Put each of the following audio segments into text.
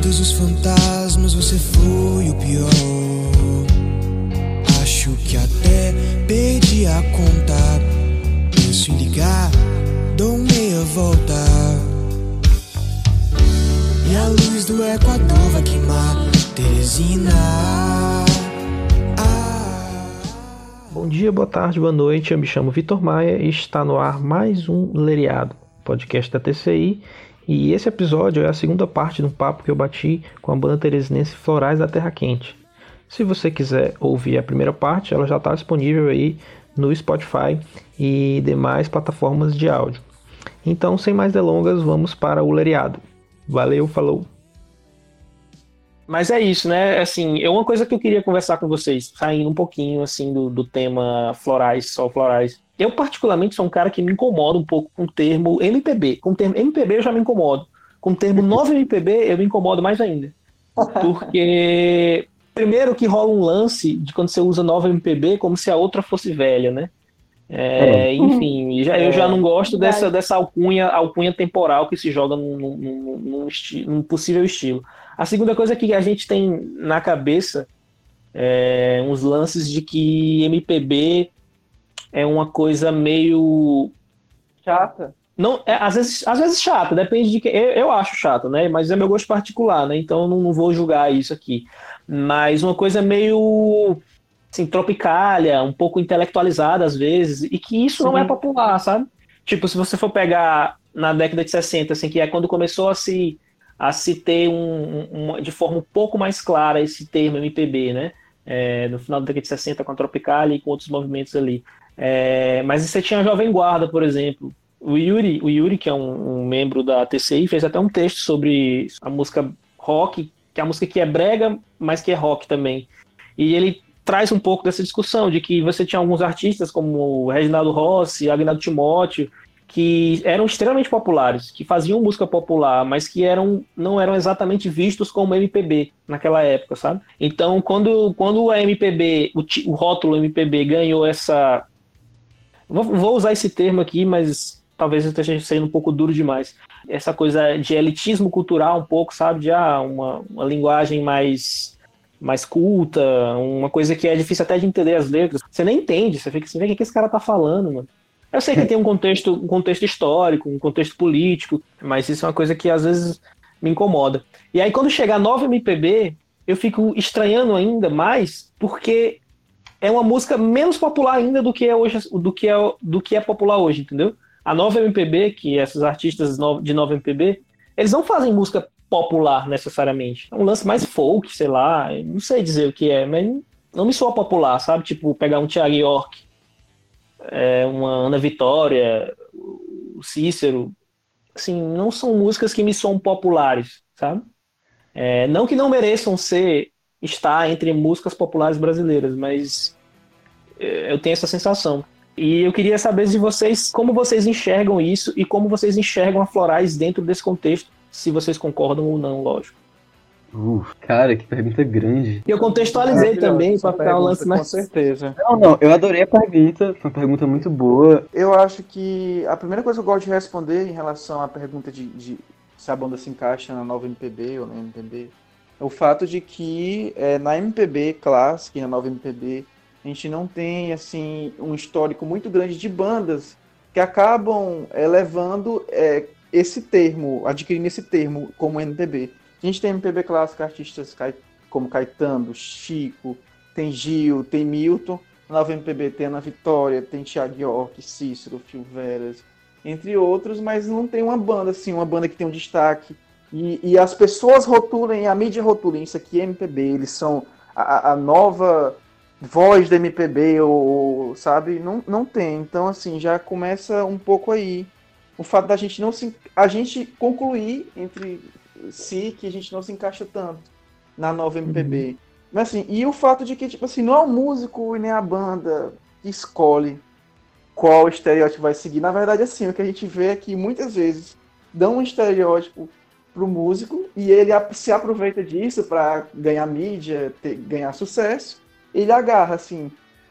todos os fantasmas você foi o pior. Acho que até perdi a conta. Penso em ligar, dou meia volta. E a luz do Equador vai queimar Teresina. Bom dia, boa tarde, boa noite. Eu me chamo Vitor Maia e está no ar mais um Leriado, podcast da TCI. E esse episódio é a segunda parte de um papo que eu bati com a banda teresinense Florais da Terra Quente. Se você quiser ouvir a primeira parte, ela já está disponível aí no Spotify e demais plataformas de áudio. Então, sem mais delongas, vamos para o Leriado. Valeu, falou! Mas é isso, né? Assim, é uma coisa que eu queria conversar com vocês, saindo um pouquinho assim do tema florais, só florais. Eu, particularmente, sou um cara que me incomoda um pouco com o termo MPB. Com o termo MPB eu já me incomodo. Com o termo nova MPB eu me incomodo mais ainda. Porque, primeiro que rola um lance de quando você usa nova MPB como se a outra fosse velha, né? Enfim, eu já não gosto dessa alcunha temporal que se joga num possível estilo. A segunda coisa que a gente tem na cabeça é uns lances de que MPB é uma coisa meio chata. Não, às vezes chata, depende de quem. Eu acho chato, né? Mas é meu gosto particular, né? Então eu não vou julgar isso aqui. Mas uma coisa meio assim, tropicália, um pouco intelectualizada às vezes, e que isso não é popular, sabe? Tipo, se você for pegar na década de 60, assim, que é quando começou a se ter de forma um pouco mais clara esse termo MPB, né? No final da década de 60 com a Tropicália e com outros movimentos ali. Mas você tinha a Jovem Guarda, por exemplo. O Yuri, que é um membro da TCI, fez até um texto sobre a música rock, que é a música que é brega, mas que é rock também. E ele traz um pouco dessa discussão de que você tinha alguns artistas como o Reginaldo Rossi, Agnaldo Timóteo, que eram extremamente populares, que faziam música popular, mas que não eram exatamente vistos como MPB naquela época, sabe? Então, quando a MPB, o rótulo MPB ganhou essa... Vou usar esse termo aqui, mas talvez eu esteja sendo um pouco duro demais. Essa coisa de elitismo cultural um pouco, sabe? De uma linguagem mais culta, uma coisa que é difícil até de entender as letras. Você nem entende, você fica assim, o que esse cara tá falando, mano? Eu sei que tem um contexto histórico, um contexto político, mas isso é uma coisa que às vezes me incomoda. E aí quando chega a nova MPB, eu fico estranhando ainda mais, porque é uma música menos popular ainda do que é hoje, do que é popular hoje, entendeu? A nova MPB, que esses artistas de nova MPB, eles não fazem música popular necessariamente. É um lance mais folk, sei lá, não sei dizer o que é, mas não me soa popular, sabe? Tipo, pegar um Thiago York, uma Ana Vitória, o Cícero, assim, não são músicas que me soam populares, sabe? Não que não mereçam estar entre músicas populares brasileiras, mas eu tenho essa sensação. E eu queria saber de vocês como vocês enxergam isso e como vocês enxergam a Florais dentro desse contexto, se vocês concordam ou não, lógico. Cara, que pergunta grande. E eu contextualizei também para ficar um lance mais... Com certeza. Não, eu adorei a pergunta, foi uma pergunta muito boa. Eu acho que a primeira coisa que eu gosto de responder em relação à pergunta de se a banda se encaixa na nova MPB ou na MPB, é o fato de que na MPB clássica e na nova MPB, a gente não tem assim, um histórico muito grande de bandas que acabam levando esse termo, adquirindo esse termo como MPB. A gente tem MPB clássica, artistas como Caetano, Chico, tem Gil, tem Milton. Na nova MPB tem Ana Vitória, tem Thiago York, Cícero, Phil Veras, entre outros, mas não tem uma banda assim, uma banda que tem um destaque. E as pessoas rotulem, a mídia rotulem isso aqui é MPB, eles são a nova voz da MPB, ou sabe? Não tem. Então, assim, já começa um pouco aí o fato da gente a gente concluir entre si que a gente não se encaixa tanto na nova MPB. Mas assim, e o fato de que, tipo assim, não é o músico e nem a banda que escolhe qual estereótipo vai seguir. Na verdade, assim, o que a gente vê é que muitas vezes dão um estereótipo pro músico e ele se aproveita disso para ganhar mídia, ganhar sucesso, ele agarra, assim.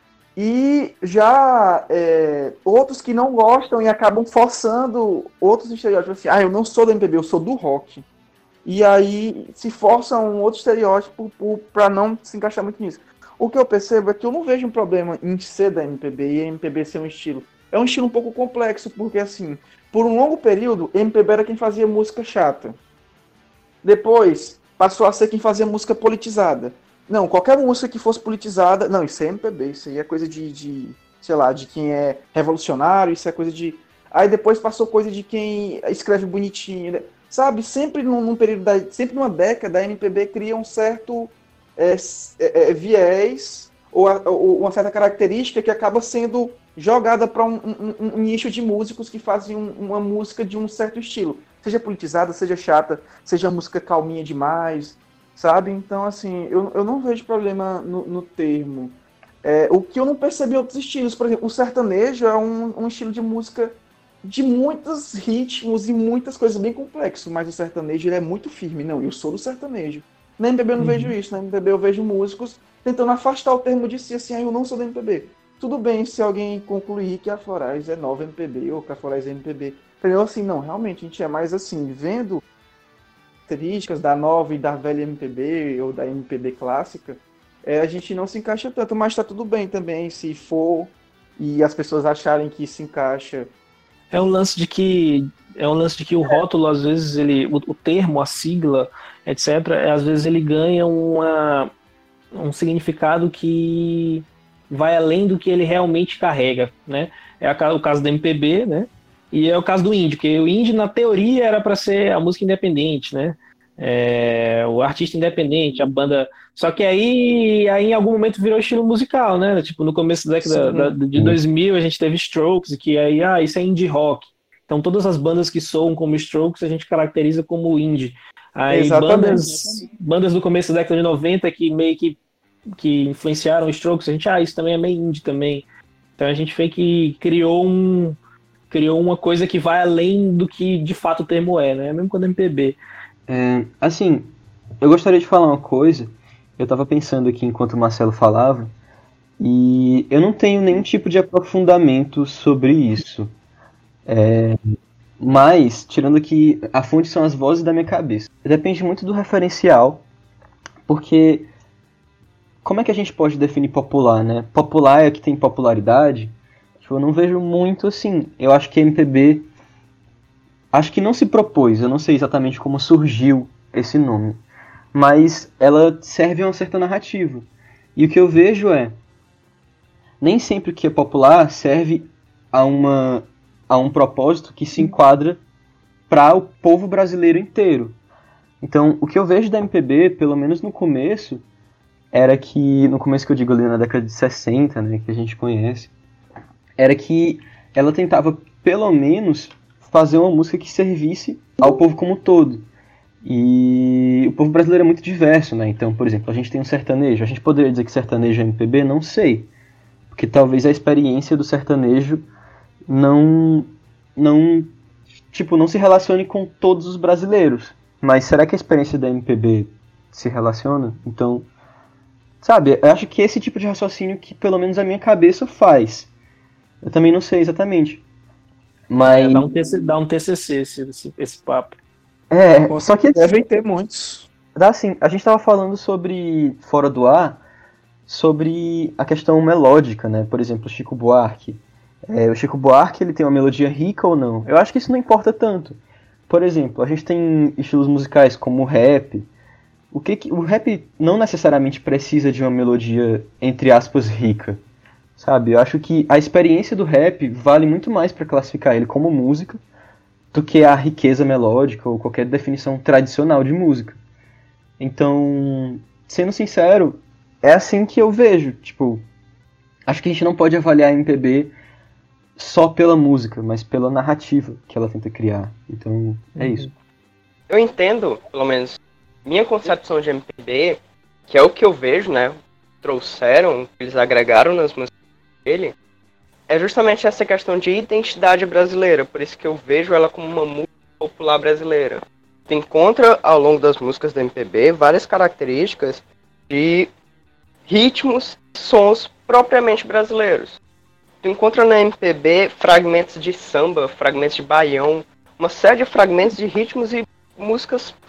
E já outros que não gostam e acabam forçando outros estereótipos, assim, eu não sou do MPB, eu sou do rock. e aí se força um outro estereótipo para não se encaixar muito nisso. O que eu percebo é que eu não vejo um problema em ser da MPB e a MPB ser um estilo. É um estilo um pouco complexo, porque assim, por um longo período, MPB era quem fazia música chata. Depois, passou a ser quem fazia música politizada. Não, qualquer música que fosse politizada... Não, isso é MPB, isso aí é coisa sei lá, de quem é revolucionário, isso é coisa de... Aí depois passou coisa de quem escreve bonitinho, né? Sabe? Sempre num período, sempre numa década, a MPB cria um certo viés ou uma certa característica que acaba sendo jogada para um nicho de músicos que fazem uma música de um certo estilo. Seja politizada, seja chata, seja música calminha demais, sabe? Então, assim, eu não vejo problema no termo. O que eu não percebi em outros estilos, por exemplo, o sertanejo é um estilo de música de muitos ritmos e muitas coisas bem complexas, mas o sertanejo ele é muito firme. Não, eu sou do sertanejo. Na MPB eu não vejo isso, na MPB eu vejo músicos tentando afastar o termo de si, assim, eu não sou da MPB. Tudo bem se alguém concluir que a Florais é nova MPB ou que a Florais é MPB. Eu assim, não, realmente, a gente é mais assim, vendo características da nova e da velha MPB ou da MPB clássica, a gente não se encaixa tanto, mas tá tudo bem também, se for e as pessoas acharem que se encaixa. É um lance de que o rótulo, às vezes, o termo, a sigla, etc., às vezes ele ganha um significado que vai além do que ele realmente carrega, né? É o caso do MPB, né? E é o caso do indie, porque o indie, na teoria, era para ser a música independente, né? O artista independente, a banda... Só que aí em algum momento virou estilo musical, né? Tipo, no começo da década de 2000, a gente teve Strokes, que aí, isso é indie rock. Então, todas as bandas que soam como Strokes, a gente caracteriza como indie. Aí, bandas do começo da década de 90 que meio que influenciaram Strokes, a gente, isso também é meio indie também. Então, a gente vê que criou uma coisa que vai além do que de fato o termo né? Mesmo quando é MPB. Assim, eu gostaria de falar uma coisa. Eu estava pensando aqui enquanto o Marcelo falava, e eu não tenho nenhum tipo de aprofundamento sobre isso. Mas, tirando que a fonte são as vozes da minha cabeça. Depende muito do referencial, porque como é que a gente pode definir popular, né? Popular é que tem popularidade. Eu não vejo muito assim. Eu acho que a MPB acho que não se propôs, eu não sei exatamente como surgiu esse nome, mas ela serve a uma certa narrativa. E o que eu vejo nem sempre o que é popular serve a um propósito que se enquadra para o povo brasileiro inteiro. Então, o que eu vejo da MPB, pelo menos no começo, era que, no começo que eu digo ali na década de 60, né, que a gente conhece, era que ela tentava, pelo menos, fazer uma música que servisse ao povo como um todo. E o povo brasileiro é muito diverso, né? Então, por exemplo, a gente tem um sertanejo. A gente poderia dizer que sertanejo é MPB? Não sei. Porque talvez a experiência do sertanejo não se relacione com todos os brasileiros. Mas será que a experiência da MPB se relaciona? Então, sabe, eu acho que esse tipo de raciocínio que pelo menos a minha cabeça faz. Eu também não sei exatamente. Mas... dá um TCC esse papo. Só que devem ter muitos. Assim, a gente estava falando sobre, fora do ar, sobre a questão melódica, né? Por exemplo, o Chico Buarque. O Chico Buarque, ele tem uma melodia rica ou não? Eu acho que isso não importa tanto. Por exemplo, a gente tem estilos musicais como o rap. O rap não necessariamente precisa de uma melodia, entre aspas, rica. Sabe? Eu acho que a experiência do rap vale muito mais para classificar ele como música do que a riqueza melódica ou qualquer definição tradicional de música. Então, sendo sincero, é assim que eu vejo. Tipo, acho que a gente não pode avaliar a MPB só pela música, mas pela narrativa que ela tenta criar. Então, é isso. Eu entendo, pelo menos, minha concepção de MPB, que é o que eu vejo, né? Trouxeram, eles agregaram nas músicas dele, é justamente essa questão de identidade brasileira. Por isso que eu vejo ela como uma música popular brasileira. Tu encontra ao longo das músicas da MPB várias características de ritmos e sons propriamente brasileiros. Tu encontra na MPB fragmentos de samba, fragmentos de baião, uma série de fragmentos de ritmos e músicas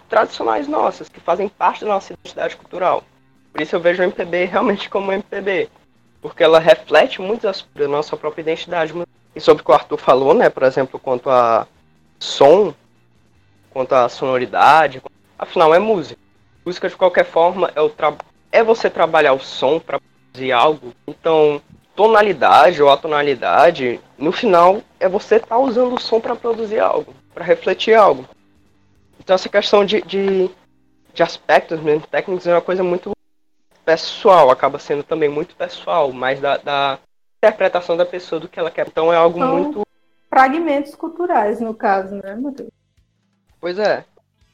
tradicionais nossas, que fazem parte da nossa identidade cultural. Por isso eu vejo a MPB realmente como MPB, porque ela reflete muito da nossa própria identidade. E sobre o que o Arthur falou, né, por exemplo, quanto a som, quanto a sonoridade, afinal é música. Música, de qualquer forma, é você trabalhar o som para produzir algo. Então, tonalidade ou atonalidade, no final, é você estar usando o som para produzir algo, para refletir algo. Então, essa questão de aspectos mesmo técnicos é uma coisa muito pessoal, acaba sendo também muito pessoal, mais da interpretação da pessoa do que ela quer. Então, é algo São muito... fragmentos culturais, no caso, né, Matheus? Pois é.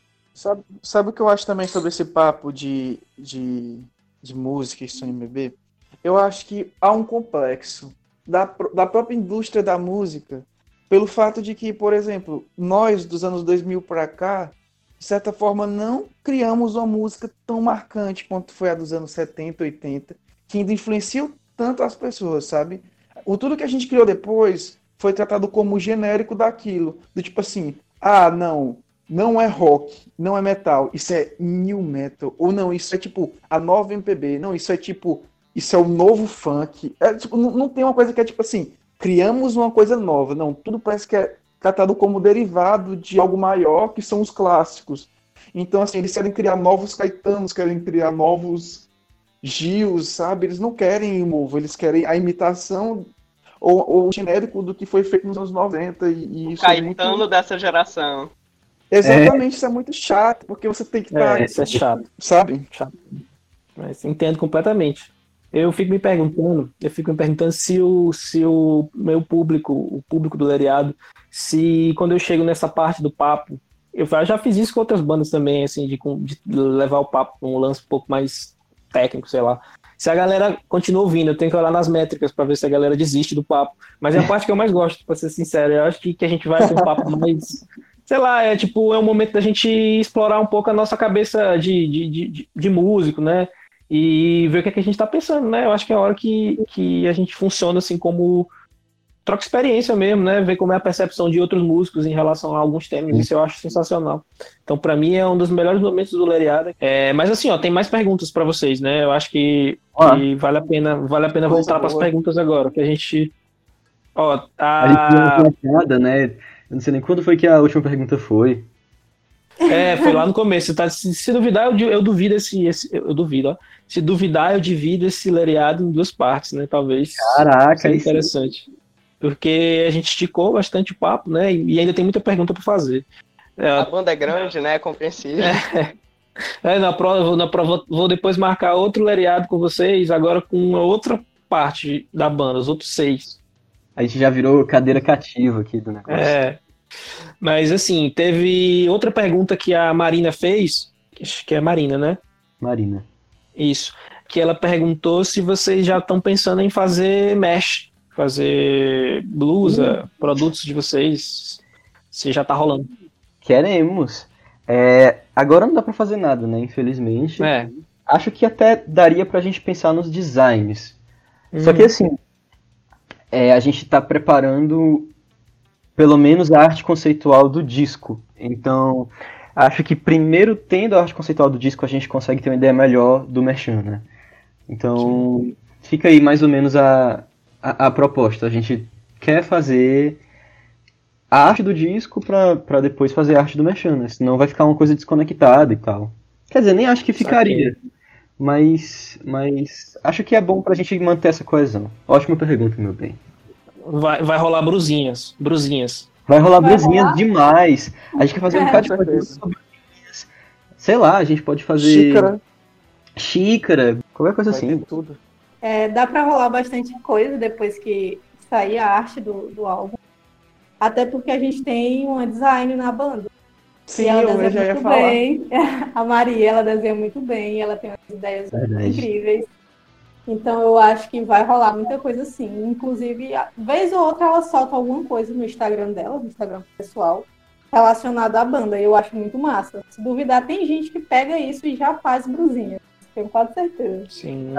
Sabe o que eu acho também sobre esse papo de música e som MPB? Eu acho que há um complexo da própria indústria da música, pelo fato de que, por exemplo, nós dos anos 2000 para cá, de certa forma, não criamos uma música tão marcante quanto foi a dos anos 70, 80, que ainda influenciou tanto as pessoas, sabe? Tudo que a gente criou depois foi tratado como genérico daquilo, do tipo assim, não é rock, não é metal, isso é new metal, ou não, isso é tipo a nova MPB, não, isso é o novo funk. Tipo, não tem uma coisa que é tipo assim, criamos uma coisa nova, não, tudo parece que é tratado como derivado de algo maior, que são os clássicos. Então, assim, eles querem criar novos Caetanos, querem criar novos Gils, sabe? Eles não querem o novo, eles querem a imitação ou o genérico do que foi feito nos anos 90. E isso Caetano é muito... dessa geração. Exatamente, isso é muito chato, porque você tem que estar... Isso é chato. Sabe? Chato. Mas entendo completamente. Eu fico me perguntando se o meu público, o público do Leriado, se quando eu chego nessa parte do papo, eu já fiz isso com outras bandas também, assim, de levar o papo para um lance um pouco mais técnico, sei lá. Se a galera continua ouvindo, eu tenho que olhar nas métricas para ver se a galera desiste do papo. Mas é a parte que eu mais gosto, para ser sincero. Eu acho que a gente vai com um papo mais... Sei lá, é um momento da gente explorar um pouco a nossa cabeça de músico, né? E ver o que é que a gente tá pensando, né? Eu acho que é a hora que a gente funciona assim como troca experiência mesmo, né? Ver como é a percepção de outros músicos em relação a alguns temas. Isso eu acho sensacional. Então, pra mim, é um dos melhores momentos do Leriada. Mas assim, ó, tem mais perguntas pra vocês, né? Eu acho que vale a pena voltar pras perguntas agora, que a gente... Ó, A gente não tem nada, né? Eu não sei nem quando foi que a última pergunta foi. Foi lá no começo, tá? Se duvidar, eu duvido eu duvido, ó. Se duvidar, eu divido esse Leriado em duas partes, né? Talvez. Caraca, seja interessante. Porque a gente esticou bastante o papo, né? E ainda tem muita pergunta para fazer. A banda é grande, né? É compreensível. Na prova, vou depois marcar outro Leriado com vocês, agora com outra parte da banda, os outros 6. A gente já virou cadeira cativa aqui do negócio. Mas assim, teve outra pergunta que a Marina fez, acho que é a Marina, né? Marina. Isso. Que ela perguntou se vocês já estão pensando em fazer mesh, fazer blusa, produtos de vocês, se já tá rolando. Queremos. Agora não dá pra fazer nada, né? Infelizmente. Acho que até daria pra gente pensar nos designs. Só que assim, a gente tá preparando pelo menos a arte conceitual do disco. Então, acho que primeiro tendo a arte conceitual do disco, a gente consegue ter uma ideia melhor do merchan, né? Então, fica aí mais ou menos a proposta. A gente quer fazer a arte do disco pra depois fazer a arte do merchan, né? Senão vai ficar uma coisa desconectada e tal. Quer dizer, nem acho que ficaria. Mas acho que é bom pra gente manter essa coesão. Ótima pergunta, meu bem. Vai rolar brusinhas. Vai rolar brusinhas demais. A gente quer fazer um bocado de coisa sobre brusinhas. Sei lá, a gente pode fazer... Xícara, qualquer coisa assim. Tudo. Dá pra rolar bastante coisa depois que sair a arte do álbum. Até porque a gente tem uma design na banda. Sim, eu já ia falar. Bem. A Maria, ela desenha muito bem, ela tem umas ideias incríveis. Então eu acho que vai rolar muita coisa assim. Inclusive, vez ou outra ela solta alguma coisa no Instagram dela, no Instagram pessoal, relacionado à banda. E eu acho muito massa. Se duvidar, tem gente que pega isso e já faz brusinha. Tenho quase certeza. Sim.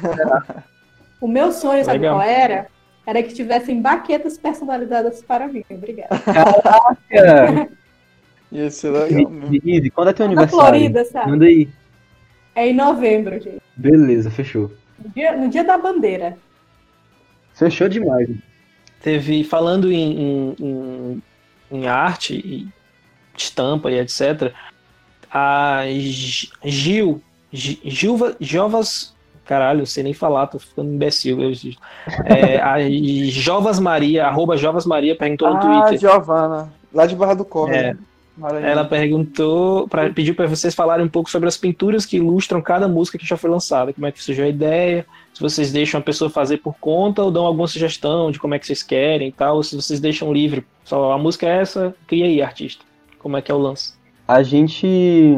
O meu sonho, sabe Legal. qual era? Era que tivessem baquetas personalizadas para mim. Obrigada. Caraca! Ia ser legal mesmo. Vivi, quando é teu Na aniversário? Florida, sabe? Manda aí. É em novembro, gente. Beleza, fechou. No dia da bandeira. Fechou demais. Falando em arte, e estampa e etc., a Jovas. Caralho, não sei nem falar, tô ficando imbecil. A Jovas Maria, @Jovas Maria, perguntou no Twitter. Giovana, lá de Barra do Corvo. É. Maranhão. Ela pediu para vocês falarem um pouco sobre as pinturas que ilustram cada música que já foi lançada. Como é que surgiu a ideia? Se vocês deixam a pessoa fazer por conta ou dão alguma sugestão de como é que vocês querem e tal. Ou se vocês deixam livre. Só a música é essa, cria aí, artista. Como é que é o lance? A gente...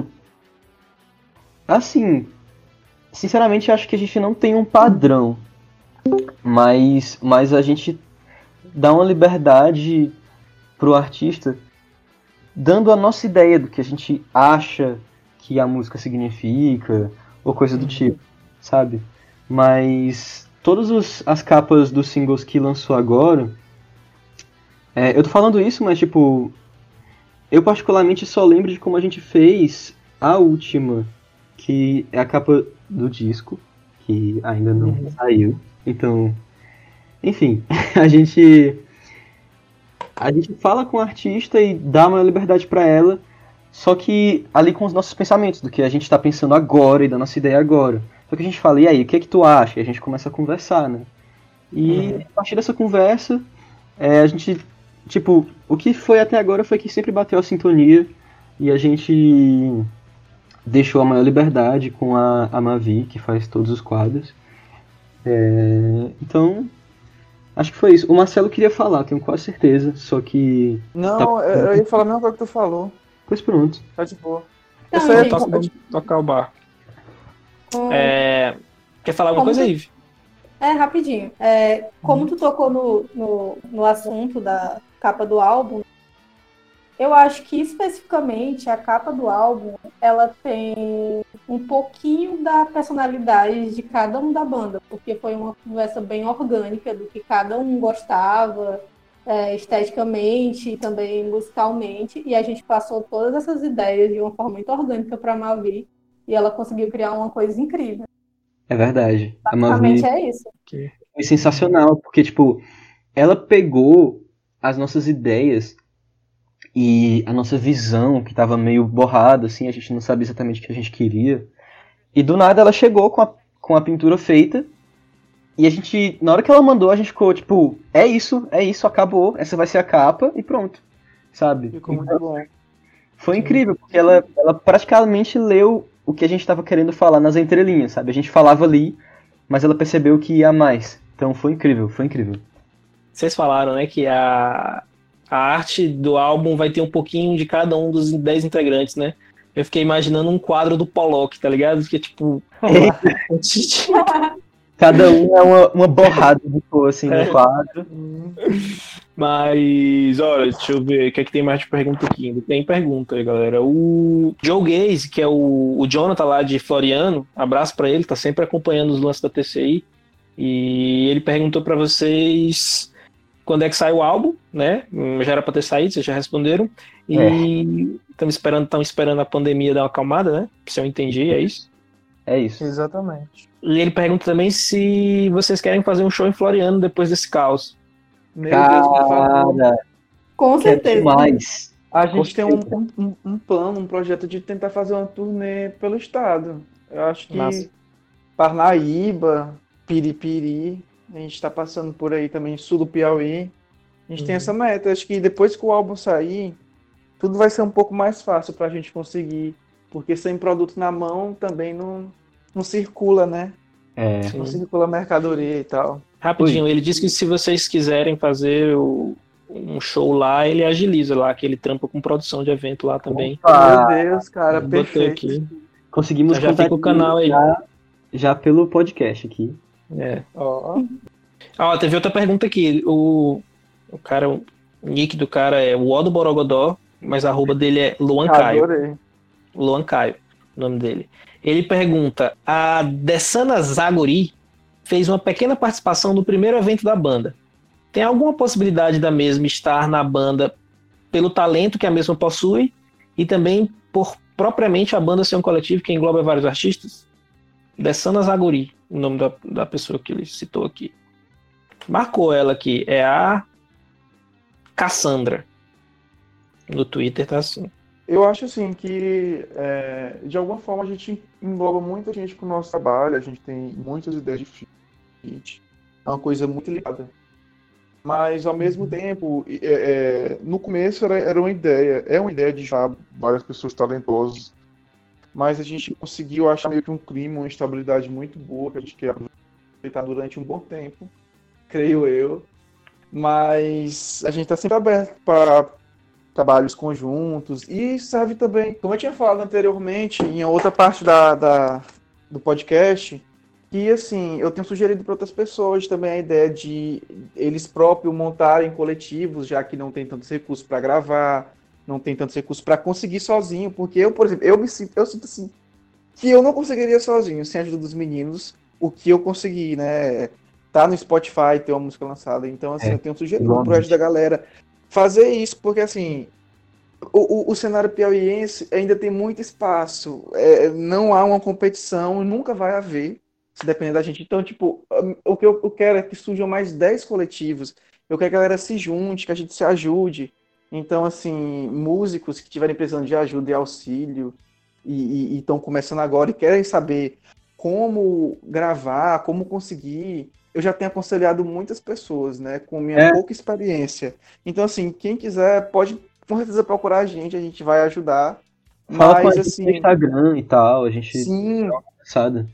Assim, sinceramente, acho que a gente não tem um padrão. Mas a gente dá uma liberdade pro artista, dando a nossa ideia do que a gente acha que a música significa, ou coisa do tipo, sabe? Mas todas as capas dos singles que lançou agora, eu tô falando isso, mas tipo, eu particularmente só lembro de como a gente fez a última, que é a capa do disco, que ainda não saiu. Então, enfim, a gente fala com o artista e dá uma liberdade pra ela, só que ali com os nossos pensamentos, do que a gente tá pensando agora e da nossa ideia agora. Só que a gente fala, e aí, o que é que tu acha? E a gente começa a conversar, né? E a partir dessa conversa, a gente, tipo, o que foi até agora foi que sempre bateu a sintonia e a gente deixou a maior liberdade com a Mavi, que faz todos os quadros. Então, acho que foi isso. O Marcelo queria falar, tenho quase certeza, só que... Não, eu ia falar a mesma coisa que tu falou. Pois pronto. Tá de boa. Não, Eu só ia gente. Tocar o bar. Quer falar alguma coisa, Ive? Rapidinho. Como tu tocou no assunto da capa do álbum, eu acho que especificamente a capa do álbum, ela tem um pouquinho da personalidade de cada um da banda, porque foi uma conversa bem orgânica do que cada um gostava, esteticamente e também musicalmente, e a gente passou todas essas ideias de uma forma muito orgânica para a Mavi, e ela conseguiu criar uma coisa incrível. É verdade. A Basicamente Mavi é isso. foi sensacional, porque, tipo, ela pegou as nossas ideias e a nossa visão, que tava meio borrada, assim, a gente não sabia exatamente o que a gente queria. E do nada ela chegou com a pintura feita, e a gente, na hora que ela mandou, a gente ficou, tipo, é isso, acabou, essa vai ser a capa, e pronto, sabe? Ficou muito bom. Foi incrível, porque ela praticamente leu o que a gente tava querendo falar nas entrelinhas, sabe? A gente falava ali, mas ela percebeu que ia mais. Então foi incrível, foi incrível. Vocês falaram, né, que a arte do álbum vai ter um pouquinho de cada um dos 10 integrantes, né? Eu fiquei imaginando um quadro do Pollock, tá ligado? Que é tipo... Cada um é uma borrada de cor, assim, no quadro. Mas, olha, deixa eu ver o que é que tem mais de pergunta aqui. Ainda tem pergunta aí, galera. O Joe Gaze, que é o Jonathan lá de Floriano, abraço pra ele, tá sempre acompanhando os lances da TCI. E ele perguntou pra vocês quando é que sai o álbum, né? Já era pra ter saído, vocês já responderam. E estão esperando a pandemia dar uma acalmada, né? Se eu entendi, é isso? É isso. Exatamente. E ele pergunta também se vocês querem fazer um show em Floriano depois desse caos. Meu Deus, por favor. Cara, Com que é certeza. demais. A gente tem um plano, um projeto de tentar fazer uma turnê pelo estado. Eu acho que Massa. Parnaíba, Piripiri, a gente tá passando por aí também, sul do Piauí. A gente tem essa meta. Acho que depois que o álbum sair, tudo vai ser um pouco mais fácil pra gente conseguir. Porque sem produto na mão também não circula, né? Não circula mercadoria e tal. Rapidinho, ele disse que se vocês quiserem fazer um show lá, ele agiliza lá, que ele trampa com produção de evento lá também. Opa, Meu Deus, cara, Botei perfeito. aqui. conseguimos Já fica o canal aí. Já pelo podcast aqui. Teve outra pergunta aqui. O nick do cara é o do Borogodó, mas a arroba dele é Luan Caio. Adorei. Luan Caio, o nome dele. Ele pergunta: a Dessana Zagori fez uma pequena participação no primeiro evento da banda. Tem alguma possibilidade da mesma estar na banda pelo talento que a mesma possui? e também por propriamente a banda ser um coletivo que engloba vários artistas. Dessana Zaguri, o nome da pessoa que ele citou aqui. Marcou ela aqui, é a Cassandra. No Twitter tá assim. Eu acho assim que, de alguma forma, a gente engloba muita gente com o nosso trabalho, a gente tem muitas ideias de feat, é uma coisa muito ligada. Mas, ao mesmo tempo, no começo era uma ideia, é uma ideia de já várias pessoas talentosas, mas a gente conseguiu achar meio que um clima, uma estabilidade muito boa, que a gente quer aproveitar durante um bom tempo, creio eu. Mas a gente está sempre aberto para trabalhos conjuntos e serve também, como eu tinha falado anteriormente, em outra parte do podcast, que assim, eu tenho sugerido para outras pessoas também a ideia de eles próprios montarem coletivos, já que não tem tantos recursos para gravar, não tem tantos recursos para conseguir sozinho, porque eu, por exemplo, eu sinto assim, que eu não conseguiria sozinho, sem a ajuda dos meninos, o que eu consegui, né? Tá no Spotify, ter uma música lançada, então assim, eu tenho sugerido pro resto da galera fazer isso, porque assim, o cenário piauiense ainda tem muito espaço, não há uma competição, nunca vai haver, se depender da gente. Então, tipo, o que eu quero é que surjam mais 10 coletivos, eu quero que a galera se junte, que a gente se ajude. Então, assim, músicos que estiverem precisando de ajuda e auxílio e estão começando agora e querem saber como gravar, como conseguir, eu já tenho aconselhado muitas pessoas, né, com minha pouca experiência. Então, assim, quem quiser pode com certeza procurar a gente vai ajudar. Fala com a Mas, gente assim, no Instagram e tal, a gente sim, dá uma conversada.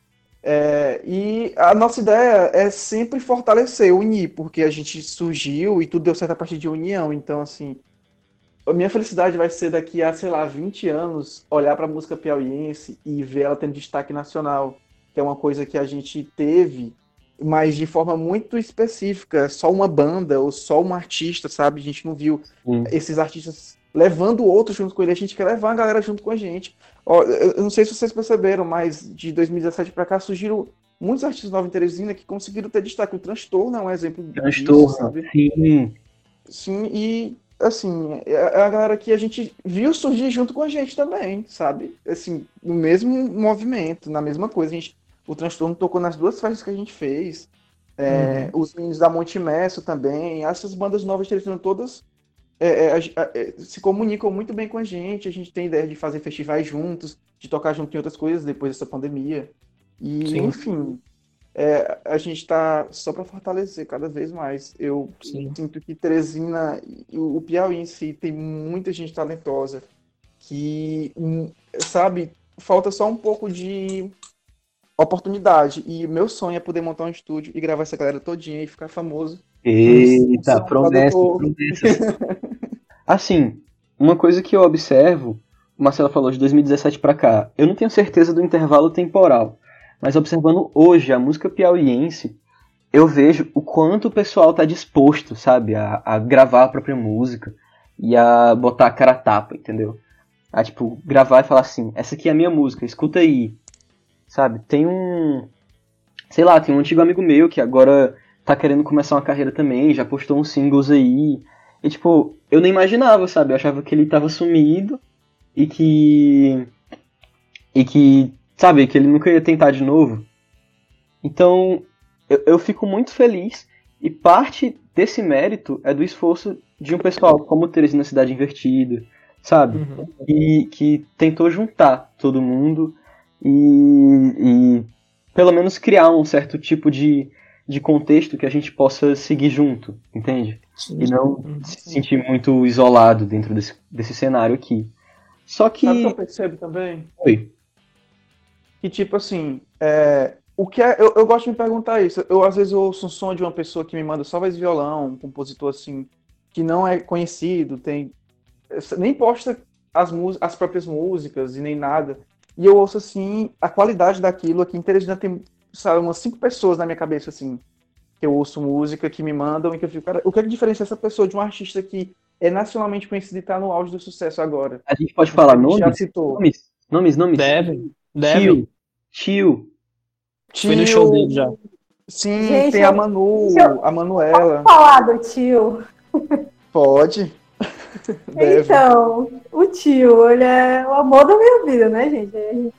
e a nossa ideia é sempre fortalecer, unir, porque a gente surgiu e tudo deu certo a partir de união. Então, assim, a minha felicidade vai ser daqui a, sei lá, 20 anos, olhar para a música piauiense e ver ela tendo destaque nacional, que é uma coisa que a gente teve, mas de forma muito específica, só uma banda ou só um artista, sabe? A gente não viu esses artistas levando outros junto com ele, a gente quer levar a galera junto com a gente. Ó, eu não sei se vocês perceberam, mas de 2017 para cá surgiram muitos artistas novos em Teresina que conseguiram ter destaque. O Transtorno é um exemplo disso, sabe? Sim. Sim, e assim, é a galera que a gente viu surgir junto com a gente também, sabe? Assim, no mesmo movimento, na mesma coisa. O Transtorno tocou nas duas festas que a gente fez. Os meninos da Monte Messo também. Essas bandas novas de Teresina todas se comunicam muito bem com a gente tem ideia de fazer festivais juntos, de tocar junto em outras coisas depois dessa pandemia. E, Sim. enfim, a gente está só para fortalecer cada vez mais. Eu sinto que Teresina e o Piauí em si tem muita gente talentosa que, sabe, falta só um pouco de oportunidade. E meu sonho é poder montar um estúdio e gravar essa galera todinha e ficar famoso. Eita, promessa. Assim, uma coisa que eu observo, o Marcelo falou de 2017 pra cá, eu não tenho certeza do intervalo temporal, mas observando hoje a música piauiense, eu vejo o quanto o pessoal tá disposto, sabe, a gravar a própria música e a botar a cara a tapa, entendeu? A, tipo, gravar e falar assim, essa aqui é a minha música, escuta aí, sabe? Tem um antigo amigo meu que agora tá querendo começar uma carreira também, já postou uns singles aí. E, tipo, eu nem imaginava, sabe? Eu achava que ele tava sumido e que, sabe, que ele nunca ia tentar de novo. Então, eu fico muito feliz e parte desse mérito é do esforço de um pessoal como Teresina Cidade Invertida, sabe? E que tentou juntar todo mundo e pelo menos criar um certo tipo de contexto que a gente possa seguir junto, entende? Sim. E não se sentir muito isolado dentro desse cenário aqui. Só que... Sabe o que eu percebo também? Oi. Que tipo assim, eu gosto de me perguntar isso. Às vezes eu ouço um som de uma pessoa que me manda só voz e violão, um compositor assim, que não é conhecido, nem posta as próprias músicas e nem nada. E eu ouço assim, a qualidade daquilo aqui em Teresina tem, sabe, umas 5 pessoas na minha cabeça assim, que eu ouço música, que me mandam e que eu fico, cara, o que é que diferencia essa pessoa de um artista que é nacionalmente conhecido e tá no auge do sucesso agora? A gente pode falar nomes? Já citou. Nomes. Deve. Tio. Fui no show dele já. Sim, Gente, tem a Manu, a Manuela. Vamos falar do tio. Pode. Então, o tio, ele é o amor da minha vida, né, gente?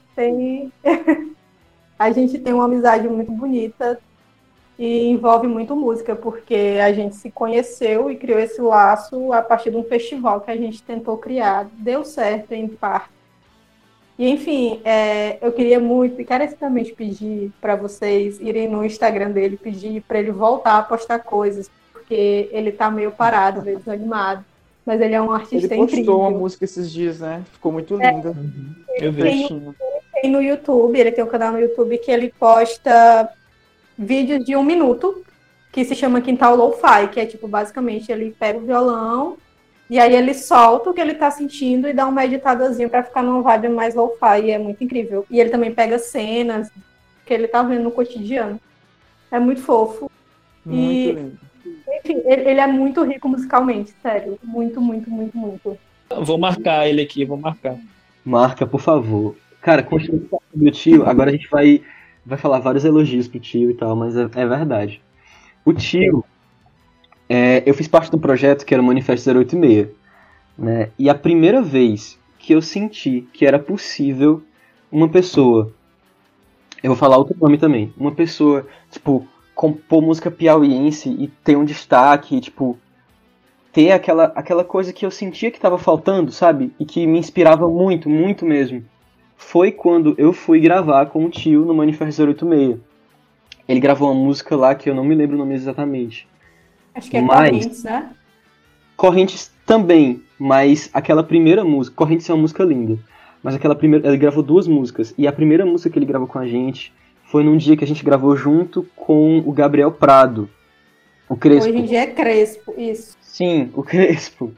A gente tem uma amizade muito bonita e envolve muito música, porque a gente se conheceu e criou esse laço a partir de um festival que a gente tentou criar. Deu certo, em parte. E, enfim, eu queria muito, encarecidamente pedir para vocês irem no Instagram dele, pedir para ele voltar a postar coisas, porque ele tá meio parado, meio desanimado. Mas ele é um artista Ele postou incrível. uma música esses dias, né? Ficou muito linda. Eu vi. Tem no YouTube, ele tem um canal no YouTube que ele posta vídeos de 1 minuto, que se chama Quintal Lo-Fi, que é tipo, basicamente, ele pega o violão e aí ele solta o que ele tá sentindo e dá uma editadazinha pra ficar numa vibe mais lo-fi, e é muito incrível. E ele também pega cenas que ele tá vendo no cotidiano. É muito fofo. Muito lindo. Enfim, ele é muito rico musicalmente, sério. Muito, muito, muito, muito. Vou marcar ele aqui, vou marcar. Marca, por favor. Cara, continuando sobre o tio, agora a gente vai falar vários elogios pro tio e tal, mas é verdade. O tio, eu fiz parte de um projeto que era o Manifesto 086, né? E a primeira vez que eu senti que era possível uma pessoa, eu vou falar outro nome também, uma pessoa, tipo, compor música piauiense e ter um destaque, tipo, ter aquela coisa que eu sentia que tava faltando, sabe? E que me inspirava muito, muito mesmo. Foi quando eu fui gravar com o tio no Manifesto 086. Ele gravou uma música lá que eu não me lembro o nome exatamente. Acho que é Correntes, né? Correntes também, mas aquela primeira música... Correntes é uma música linda. Mas aquela primeira... Ele gravou 2 músicas. E a primeira música que ele gravou com a gente foi num dia que a gente gravou junto com o Gabriel Prado. O Crespo. Hoje em dia é Crespo, isso. Sim, o Crespo.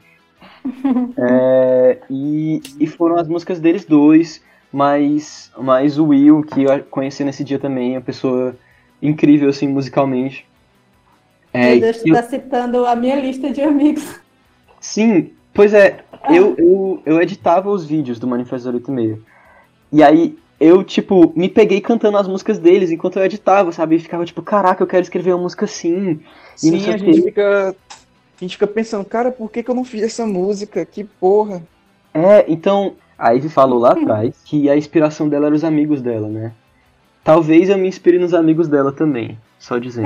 E foram as músicas deles dois, mas o Will, que eu conheci nesse dia também, uma pessoa incrível, assim, musicalmente. Meu Deus, tu tá citando a minha lista de amigos. Sim, pois é, eu editava os vídeos do Manifesto 086. E aí eu, tipo, me peguei cantando as músicas deles enquanto eu editava, sabe? E ficava tipo, caraca, eu quero escrever uma música assim. E Sim, a gente fica pensando, cara, por que eu não fiz essa música? Que porra. Então, a Ivy falou lá atrás que a inspiração dela era os amigos dela, né? Talvez eu me inspire nos amigos dela também, só dizendo.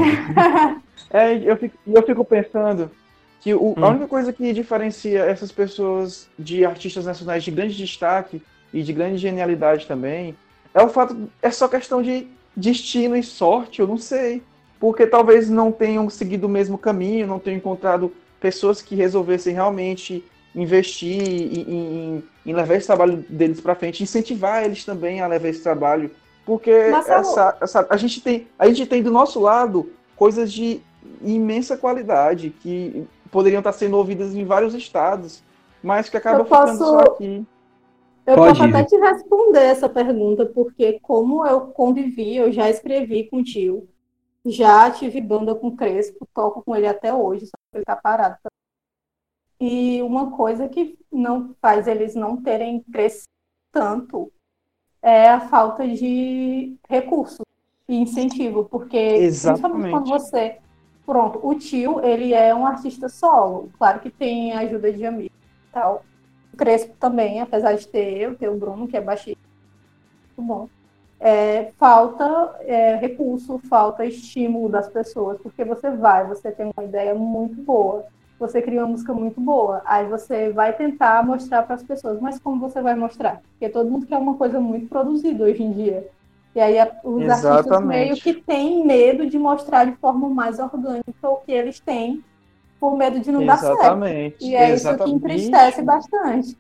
Eu fico pensando que a única coisa que diferencia essas pessoas de artistas nacionais de grande destaque e de grande genialidade também é o fato, é só questão de destino e sorte, eu não sei. Porque talvez não tenham seguido o mesmo caminho, não tenham encontrado pessoas que resolvessem realmente investir em levar esse trabalho deles para frente, incentivar eles também a levar esse trabalho. Porque a gente tem do nosso lado coisas de imensa qualidade que poderiam estar sendo ouvidas em vários estados, mas que acabam ficando só aqui. Eu posso até te responder essa pergunta, porque como eu convivi, eu já escrevi com o tio, já tive banda com o Crespo, toco com ele até hoje, só que ele tá parado. E uma coisa que não faz eles não terem crescido tanto é a falta de recursos e incentivo, porque principalmente quando você... Pronto, o tio, ele é um artista solo, claro que tem ajuda de amigos e tal. O Crespo também, apesar de ter o Bruno, que é baixista, muito bom. Falta recurso, falta estímulo das pessoas, porque você tem uma ideia muito boa, você cria uma música muito boa, aí você vai tentar mostrar para as pessoas, mas como você vai mostrar? Porque todo mundo quer uma coisa muito produzida hoje em dia. E aí os artistas meio que têm medo de mostrar de forma mais orgânica o que eles têm, por medo de não dar certo. E é isso que entristece bastante.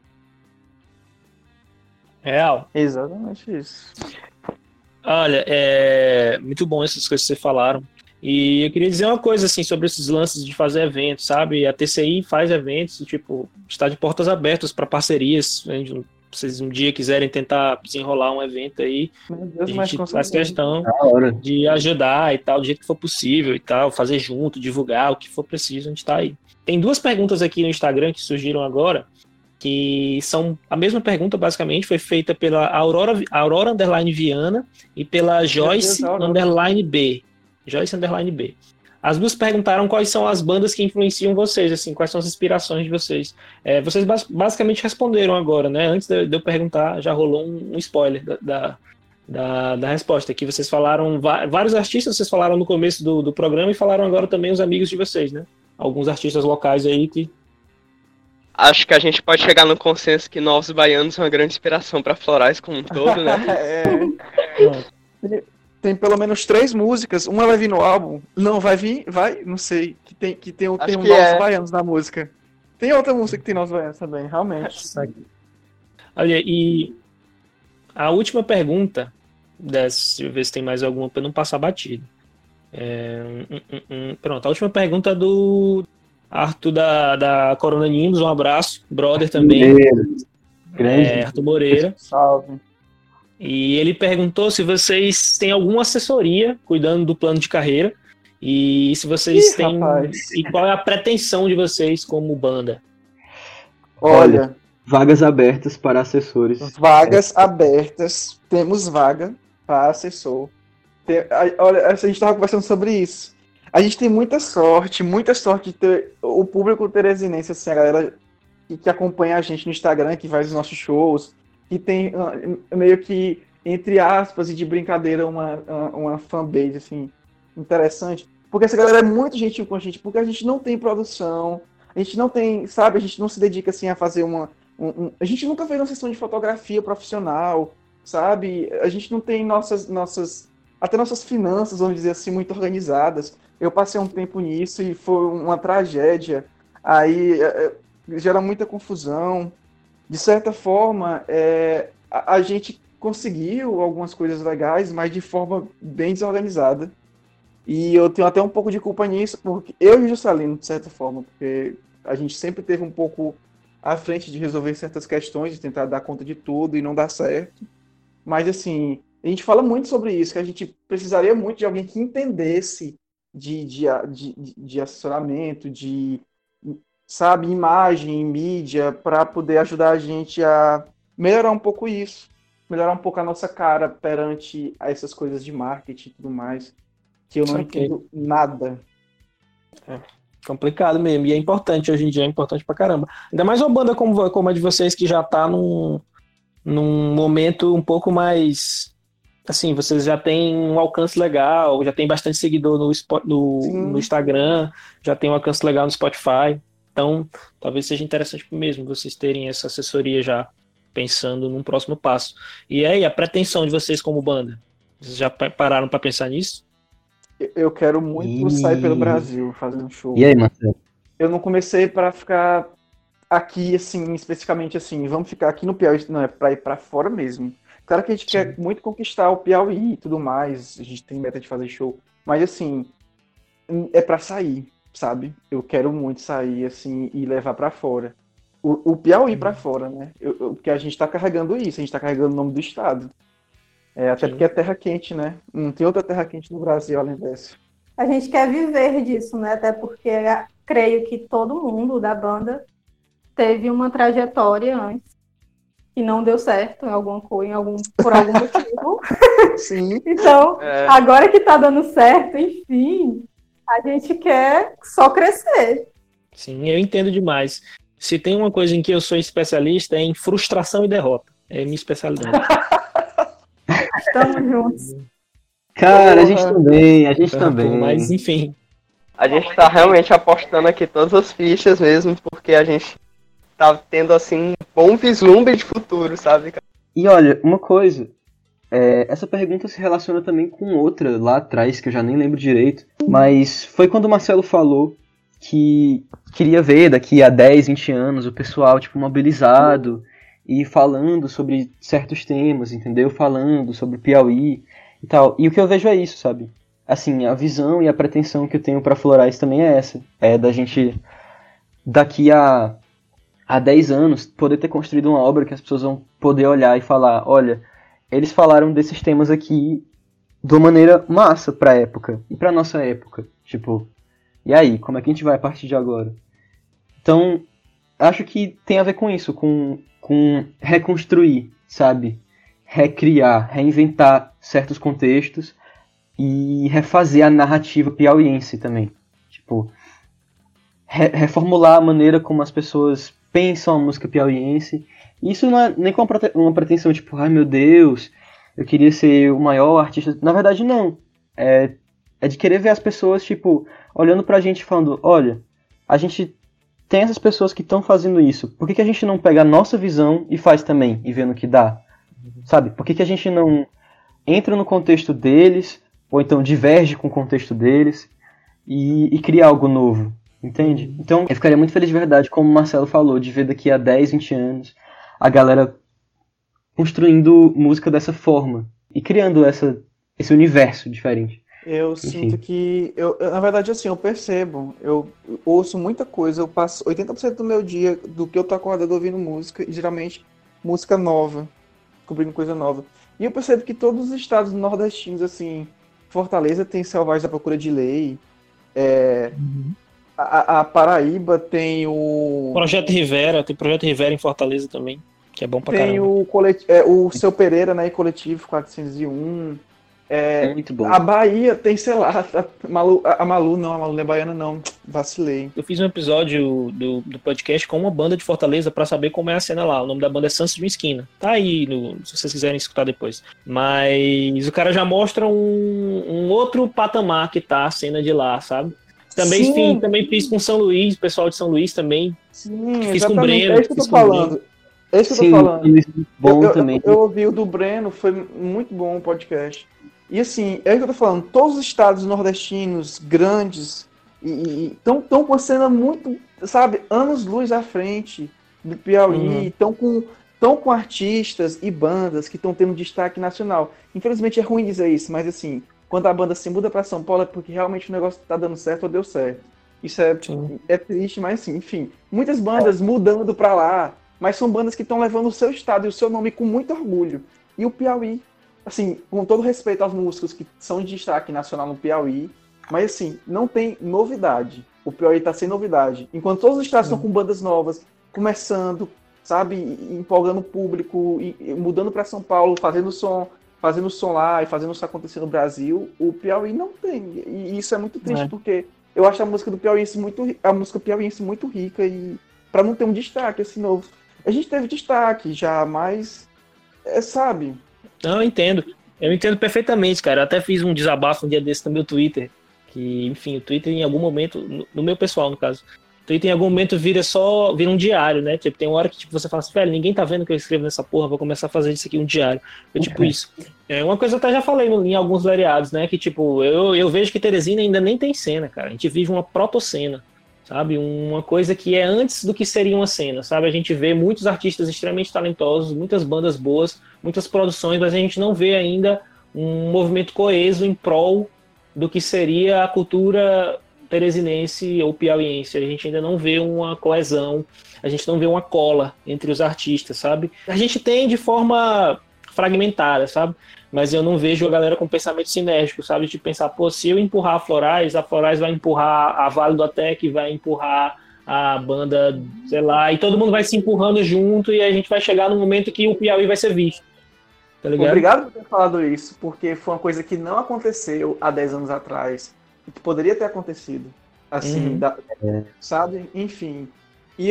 Real. Exatamente isso. Olha, é muito bom essas coisas que vocês falaram. E eu queria dizer uma coisa assim sobre esses lances de fazer eventos, sabe? A TCI faz eventos, tipo, está de portas abertas para parcerias. Se vocês um dia quiserem tentar desenrolar um evento aí, a gente faz questão de ajudar e tal, do jeito que for possível e tal, fazer junto, divulgar o que for preciso, a gente tá aí. Tem 2 perguntas aqui no Instagram que surgiram agora, que são a mesma pergunta, basicamente, foi feita pela Aurora _Viana e pela Joyce _B. Joyce _B. As duas perguntaram quais são as bandas que influenciam vocês, assim, quais são as inspirações de vocês. Vocês basicamente responderam agora, né? Antes de eu perguntar, já rolou um spoiler da resposta, que vocês falaram, vários artistas vocês falaram no começo do programa e falaram agora também os amigos de vocês, né? Alguns artistas locais aí que... Acho que a gente pode chegar no consenso que Novos Baianos são uma grande inspiração para Florais como um todo, né? Tem pelo menos 3 músicas, uma vai vir no álbum, não vai vir, não sei, que tem um Novos Baianos na música. Tem outra música que tem Novos Baianos também, realmente. Olha, e a última pergunta, deixa eu ver se tem mais alguma para não passar batido. Pronto, a última pergunta é do Arthur da Corona Nimbus, um abraço, brother também. Grande. Arthur Moreira. Salve. E ele perguntou se vocês têm alguma assessoria cuidando do plano de carreira e se vocês têm... Rapaz. E qual é a pretensão de vocês como banda? Olha, vagas abertas para assessores. Vagas abertas, temos vaga para assessor. Olha, a gente estava conversando sobre isso. A gente tem muita sorte de ter o público teresinense, assim, a galera que acompanha a gente no Instagram, que faz os nossos shows, que tem meio que, entre aspas, e de brincadeira, uma fanbase, assim, interessante. Porque essa galera é muito gentil com a gente, porque a gente não tem produção, a gente não tem, sabe, a gente não se dedica, assim, a fazer a gente nunca fez uma sessão de fotografia profissional, sabe? A gente não tem até nossas finanças, vamos dizer assim, muito organizadas. Eu passei um tempo nisso e foi uma tragédia. Aí gera muita confusão. De certa forma, a gente conseguiu algumas coisas legais, mas de forma bem desorganizada. E eu tenho até um pouco de culpa nisso, porque eu e o Juscelino, de certa forma, porque a gente sempre teve um pouco à frente de resolver certas questões, de tentar dar conta de tudo e não dar certo. Mas, assim, a gente fala muito sobre isso, que a gente precisaria muito de alguém que entendesse de assessoramento, sabe, imagem, mídia, para poder ajudar a gente a melhorar um pouco isso, melhorar um pouco a nossa cara perante a essas coisas de marketing e tudo mais, que eu não entendo nada. Complicado mesmo, e é importante hoje em dia, é importante pra caramba. Ainda mais uma banda como a de vocês, que já tá num momento um pouco mais... Assim, vocês já têm um alcance legal, já tem bastante seguidor no Instagram, já tem um alcance legal no Spotify. Então, talvez seja interessante mesmo vocês terem essa assessoria já, pensando num próximo passo. E aí, a pretensão de vocês como banda? Vocês já pararam para pensar nisso? Eu quero muito sair pelo Brasil, fazer um show. E aí, Marcelo? Eu não comecei para ficar aqui, assim, especificamente assim, vamos ficar aqui no Piauí, não, é para ir para fora mesmo. Claro que a gente quer muito conquistar o Piauí e tudo mais, a gente tem meta de fazer show, mas assim, é pra sair, sabe? Eu quero muito sair, assim, e levar pra fora. O Piauí pra fora, né? Porque a gente tá carregando isso, a gente tá carregando o nome do estado. Até porque é terra quente, né? Não tem outra terra quente no Brasil além dessa. A gente quer viver disso, né? Até porque creio que todo mundo da banda teve uma trajetória antes que não deu certo em alguma coisa, por algum motivo. Sim. Então, agora que tá dando certo, enfim, a gente quer só crescer. Sim, eu entendo demais. Se tem uma coisa em que eu sou especialista é em frustração e derrota. É minha especialidade. Estamos juntos. Cara, a gente também. Mas, enfim. A gente tá realmente apostando aqui todas as fichas mesmo, porque a gente tá tendo, assim, um bom vislumbre de futuro, sabe? E olha, uma coisa, essa pergunta se relaciona também com outra lá atrás, que eu já nem lembro direito, mas foi quando o Marcelo falou que queria ver daqui a 10, 20 anos o pessoal, tipo, mobilizado e falando sobre certos temas, entendeu? Falando sobre o Piauí e tal. E o que eu vejo é isso, sabe? Assim, a visão e a pretensão que eu tenho pra Florais também é essa. É da gente, daqui a 10 anos, poder ter construído uma obra que as pessoas vão poder olhar e falar, olha, eles falaram desses temas aqui de uma maneira massa pra época, e pra nossa época. Tipo, e aí, como é que a gente vai a partir de agora? Então, acho que tem a ver com isso, com reconstruir, sabe? Recriar, reinventar certos contextos e refazer a narrativa piauiense também. Tipo, reformular a maneira como as pessoas pensam a música piauiense. Isso não é nem com uma pretensão, tipo, ai meu Deus, eu queria ser o maior artista. Na verdade, não. É de querer ver as pessoas, tipo, olhando pra gente e falando, olha, a gente tem essas pessoas que estão fazendo isso. Por que a gente não pega a nossa visão e faz também, e vê no que dá? Sabe? Por que a gente não entra no contexto deles, ou então diverge com o contexto deles, e cria algo novo? Entende? Então, eu ficaria muito feliz de verdade, como o Marcelo falou, de ver daqui a 10, 20 anos a galera construindo música dessa forma e criando esse universo diferente. Eu Enfim. sinto que, na verdade, assim, eu percebo, eu ouço muita coisa, eu passo 80% do meu dia, do que eu tô acordado ouvindo música, e geralmente música nova, descobrindo coisa nova. E eu percebo que todos os estados nordestinos, assim, Fortaleza tem Selvagens à Procura de Lei, a Paraíba tem o... Projeto Rivera, tem Projeto Rivera em Fortaleza também, que é bom pra Tem caramba. o Seu Pereira, né, Coletivo 401. Muito bom. A Bahia tem, sei lá, a Malu não é baiana, não. Vacilei. Eu fiz um episódio do podcast com uma banda de Fortaleza pra saber como é a cena lá. O nome da banda é Santos de uma Esquina. Tá aí, se vocês quiserem escutar depois. Mas o cara já mostra um outro patamar que tá a cena de lá, sabe? Também fiz com São Luís, o pessoal de São Luís também. Sim, Fiz com o exatamente. Breno. É isso que eu tô falando. É isso que eu Sim, tô falando. bom também. Eu ouvi o do Breno, foi muito bom o podcast. E assim, é isso que eu tô falando. Todos os estados nordestinos grandes e estão com a cena muito, sabe, anos-luz à frente do Piauí. Estão com artistas e bandas que estão tendo destaque nacional. Infelizmente é ruim dizer isso, mas assim, quando a banda se muda para São Paulo é porque realmente o negócio tá dando certo ou deu certo. Isso é triste, mas assim, enfim. Muitas bandas mudando para lá, mas são bandas que estão levando o seu estado e o seu nome com muito orgulho. E o Piauí, assim, com todo respeito aos músicos que são de destaque nacional no Piauí, mas assim, não tem novidade. O Piauí tá sem novidade. Enquanto todos os estados estão com bandas novas, começando, sabe, empolgando o público, e mudando para São Paulo, fazendo som lá e fazendo isso acontecer no Brasil, o Piauí não tem. E isso é muito triste, porque eu acho a música piauiense muito rica, e para não ter um destaque assim novo. A gente teve destaque já, mas sabe? Não, eu entendo perfeitamente, cara. Eu até fiz um desabafo um dia desse no meu Twitter, que, enfim, o Twitter em algum momento, no meu pessoal, no caso, o Twitter em algum momento vira um diário, né? Tipo, tem uma hora que tipo, você fala assim, velho, ninguém tá vendo o que eu escrevo nessa porra, vou começar a fazer isso aqui um diário. Tipo isso. Uma coisa eu até já falei em alguns variados, né? Que, tipo, eu vejo que Teresina ainda nem tem cena, cara. A gente vive uma protocena, sabe? Uma coisa que é antes do que seria uma cena, sabe? A gente vê muitos artistas extremamente talentosos, muitas bandas boas, muitas produções, mas a gente não vê ainda um movimento coeso em prol do que seria a cultura teresinense ou piauiense. A gente ainda não vê uma coesão, a gente não vê uma cola entre os artistas, sabe? A gente tem de forma fragmentada, sabe? Mas eu não vejo a galera com pensamento sinérgico, sabe? De pensar, pô, se eu empurrar a Florais vai empurrar a Vale do Atec, vai empurrar a banda, sei lá, e todo mundo vai se empurrando junto e a gente vai chegar no momento que o Piauí vai ser visto. Tá ligado? Obrigado por ter falado isso, porque foi uma coisa que não aconteceu há 10 anos atrás, e que poderia ter acontecido. Assim, sabe? Enfim. E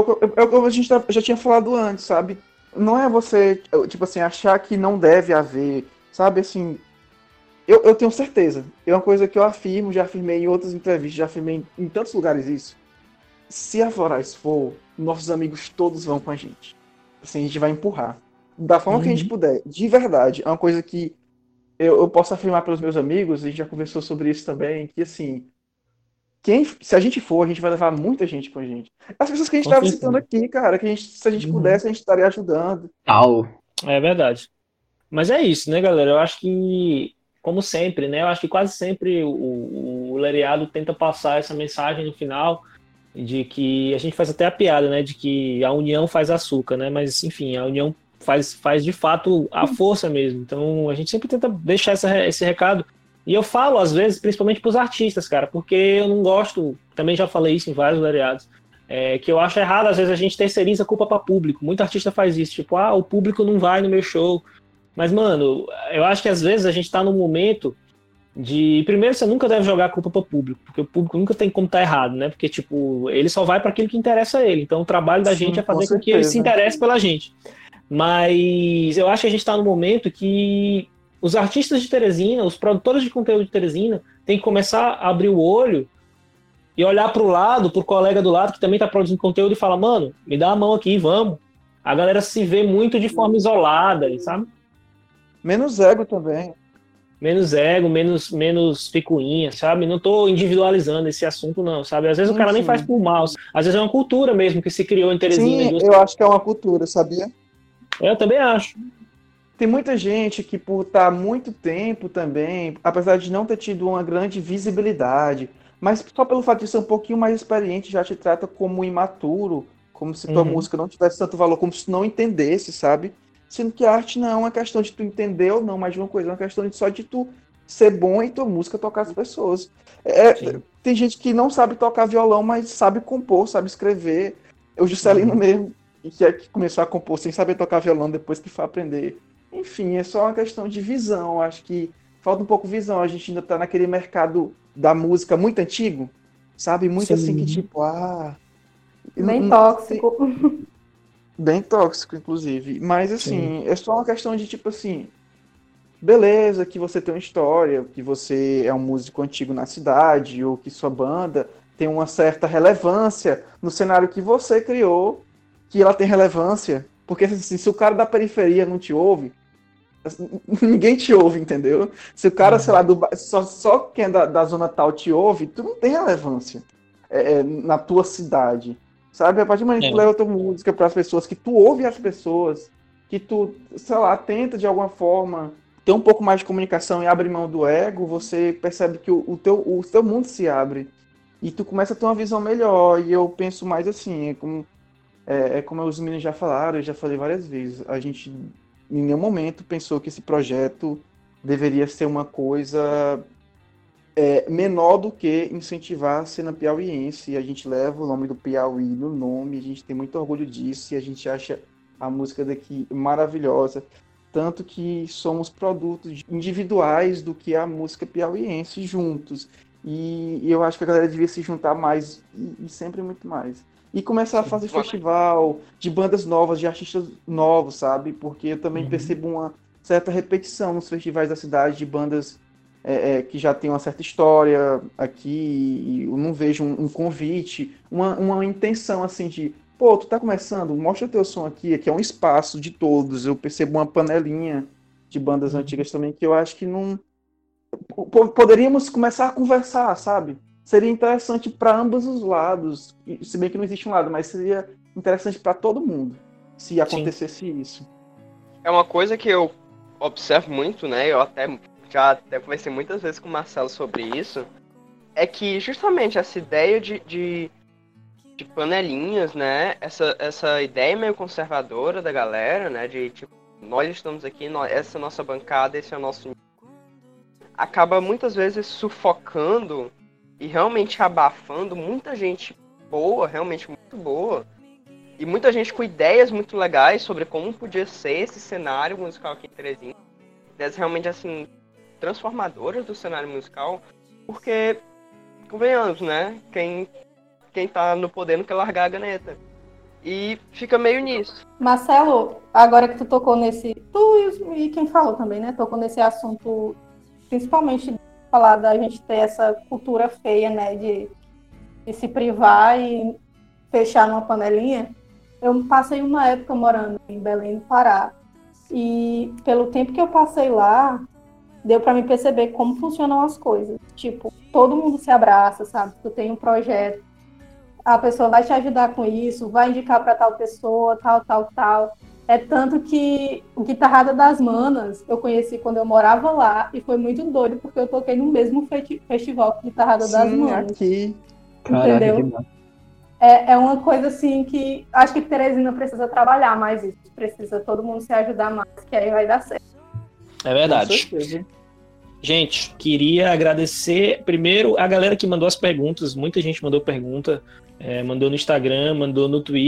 a gente já tinha falado antes, sabe? Não é você, tipo assim, achar que não deve haver, sabe? Assim, eu tenho certeza. É uma coisa que eu afirmo, já afirmei em outras entrevistas, já afirmei em tantos lugares isso. Se a Florais for, nossos amigos todos vão com a gente. Assim, a gente vai empurrar. Da forma que a gente puder. De verdade. É uma coisa que eu posso afirmar pelos meus amigos, a gente já conversou sobre isso também, que assim, se a gente for, a gente vai levar muita gente com a gente. As pessoas que a gente estava citando aqui, cara, que se a gente pudesse, a gente estaria ajudando. É verdade. Mas é isso, né, galera? Eu acho que, como sempre, né? Eu acho que quase sempre o Leriado tenta passar essa mensagem no final de que a gente faz até a piada, né? De que a união faz açúcar, né? Mas, enfim, a união faz de fato a força mesmo. Então, a gente sempre tenta deixar esse recado. E eu falo, às vezes, principalmente pros artistas, cara, porque eu não gosto, também já falei isso em vários Leriados, que eu acho errado, às vezes, a gente terceiriza a culpa para público. Muito artista faz isso, tipo, o público não vai no meu show. Mas, mano, eu acho que às vezes a gente tá num momento Primeiro, você nunca deve jogar a culpa para o público, porque o público nunca tem como estar errado, né? Porque, tipo, ele só vai para aquilo que interessa a ele. Então, o trabalho da gente é fazer com que ele se interesse pela gente. Mas eu acho que a gente está num momento que os artistas de Teresina, os produtores de conteúdo de Teresina, têm que começar a abrir o olho e olhar para o lado, para o colega do lado que também está produzindo conteúdo e falar, mano, me dá a mão aqui, vamos. A galera se vê muito de forma isolada, sabe? Menos ego também. Menos ego, menos picuinha, sabe? Não tô individualizando esse assunto, não, sabe? Às vezes o cara nem faz por mal. Às vezes é uma cultura mesmo que se criou em Teresina. Sim, eu acho que é uma cultura, sabia? Eu também acho. Tem muita gente que por estar muito tempo também, apesar de não ter tido uma grande visibilidade, mas só pelo fato de ser um pouquinho mais experiente, já te trata como imaturo, como se tua música não tivesse tanto valor, como se tu não entendesse, sabe? Sendo que a arte não é uma questão de tu entender ou não mais de uma coisa, é uma questão só de tu ser bom e tua música tocar as pessoas. Tem gente que não sabe tocar violão, mas sabe compor, sabe escrever. O Juscelino mesmo, que começou a compor sem saber tocar violão depois que foi aprender. Enfim, é só uma questão de visão. Acho que falta um pouco de visão. A gente ainda tá naquele mercado da música muito antigo, sabe? Muito assim que tipo, bem tóxico. Bem tóxico, inclusive. Mas, assim, é só uma questão de, tipo assim, beleza, que você tem uma história, que você é um músico antigo na cidade, ou que sua banda tem uma certa relevância no cenário que você criou, que ela tem relevância. Porque, assim, se o cara da periferia não te ouve, ninguém te ouve, entendeu? Se o cara, sei lá, só quem é da zona tal te ouve, tu não tem relevância na tua cidade. Sabe? A partir do momento que tu leva tua música para as pessoas, que tu ouve as pessoas, que tu, sei lá, tenta de alguma forma ter um pouco mais de comunicação e abre mão do ego, você percebe que o teu mundo se abre. E tu começa a ter uma visão melhor. E eu penso mais assim, como os meninos já falaram, eu já falei várias vezes, a gente em nenhum momento pensou que esse projeto deveria ser uma coisa menor do que incentivar a cena piauiense. E a gente leva o nome do Piauí no nome, a gente tem muito orgulho disso e a gente acha a música daqui maravilhosa. Tanto que somos produtos individuais do que a música piauiense juntos. E eu acho que a galera devia se juntar mais e sempre muito mais. E começar a fazer festival de bandas novas, de artistas novos, sabe? Porque eu também percebo uma certa repetição nos festivais da cidade de bandas que já tem uma certa história aqui, e eu não vejo um convite, uma intenção assim de, pô, tu tá começando, mostra teu som aqui é um espaço de todos. Eu percebo uma panelinha de bandas antigas também que eu acho que não... Poderíamos começar a conversar, sabe? Seria interessante para ambos os lados, se bem que não existe um lado, mas seria interessante para todo mundo, se acontecesse isso. É uma coisa que eu observo muito, né, eu já conversei muitas vezes com o Marcelo sobre isso, é que justamente essa ideia de panelinhas, né, essa ideia meio conservadora da galera, né, de tipo, nós estamos aqui, essa é a nossa bancada, esse é o nosso... acaba muitas vezes sufocando e realmente abafando muita gente boa, realmente muito boa, e muita gente com ideias muito legais sobre como podia ser esse cenário musical aqui em Teresina, ideias realmente assim transformadoras do cenário musical, porque, convenhamos, né, quem tá no poder não quer largar a caneta. E fica meio nisso. Marcelo, agora que tu tocou nesse... Tu e quem falou também, né? Tocou nesse assunto, principalmente falar da gente ter essa cultura feia, né? De se privar e fechar numa panelinha. Eu passei uma época morando em Belém do Pará. E pelo tempo que eu passei lá, deu pra me perceber como funcionam as coisas. Tipo, todo mundo se abraça, sabe? Tu tem um projeto, a pessoa vai te ajudar com isso, vai indicar para tal pessoa, tal. É tanto que o Guitarrada das Manas eu conheci quando eu morava lá e foi muito doido, porque eu toquei no mesmo festival que Guitarrada das Manas. Aqui. Entendeu? Caraca, É uma coisa assim que acho que Teresina precisa trabalhar mais isso. Precisa todo mundo se ajudar mais, que aí vai dar certo. É verdade. Gente, queria agradecer primeiro a galera que mandou as perguntas. Muita gente mandou pergunta, mandou no Instagram, mandou no Twitter.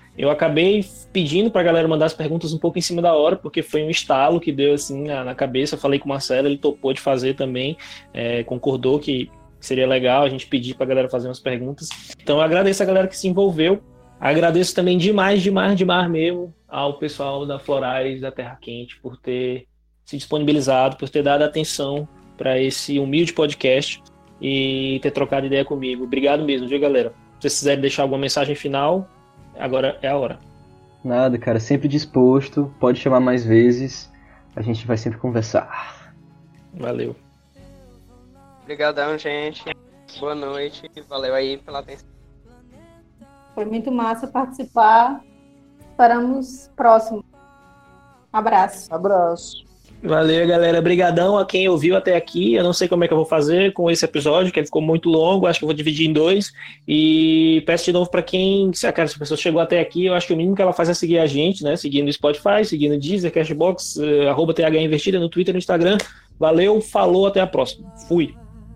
Eu acabei pedindo pra galera mandar as perguntas um pouco em cima da hora, porque foi um estalo que deu assim na cabeça. Eu falei com o Marcelo, ele topou de fazer também, concordou que seria legal a gente pedir pra galera fazer umas perguntas. Então eu agradeço a galera que se envolveu. Agradeço também demais mesmo ao pessoal da Florais da Terra Quente por ter se disponibilizado, por ter dado atenção para esse humilde podcast e ter trocado ideia comigo. Obrigado mesmo, viu, galera? Se vocês quiserem deixar alguma mensagem final, agora é a hora. Nada, cara, sempre disposto, pode chamar mais vezes, a gente vai sempre conversar. Valeu. Obrigadão, gente. Boa noite. Valeu aí pela atenção. Foi muito massa participar. Esperamos próximo. Abraço. Abraço. Valeu, galera. Obrigadão a quem ouviu até aqui. Eu não sei como é que eu vou fazer com esse episódio, que ele ficou muito longo. Acho que eu vou dividir em 2. E peço de novo para quem, se a pessoa chegou até aqui, eu acho que o mínimo que ela faz é seguir a gente, né? Seguindo no Spotify, seguindo no Deezer, Cashbox, @THInvestida no Twitter e no Instagram. Valeu, falou, até a próxima. Fui.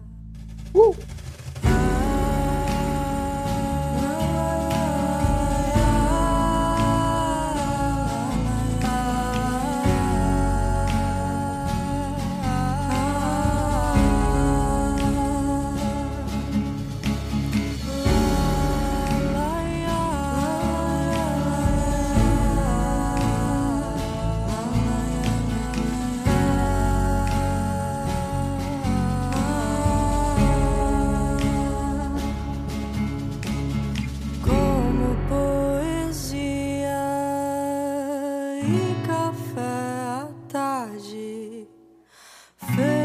Como poesia e café à tarde.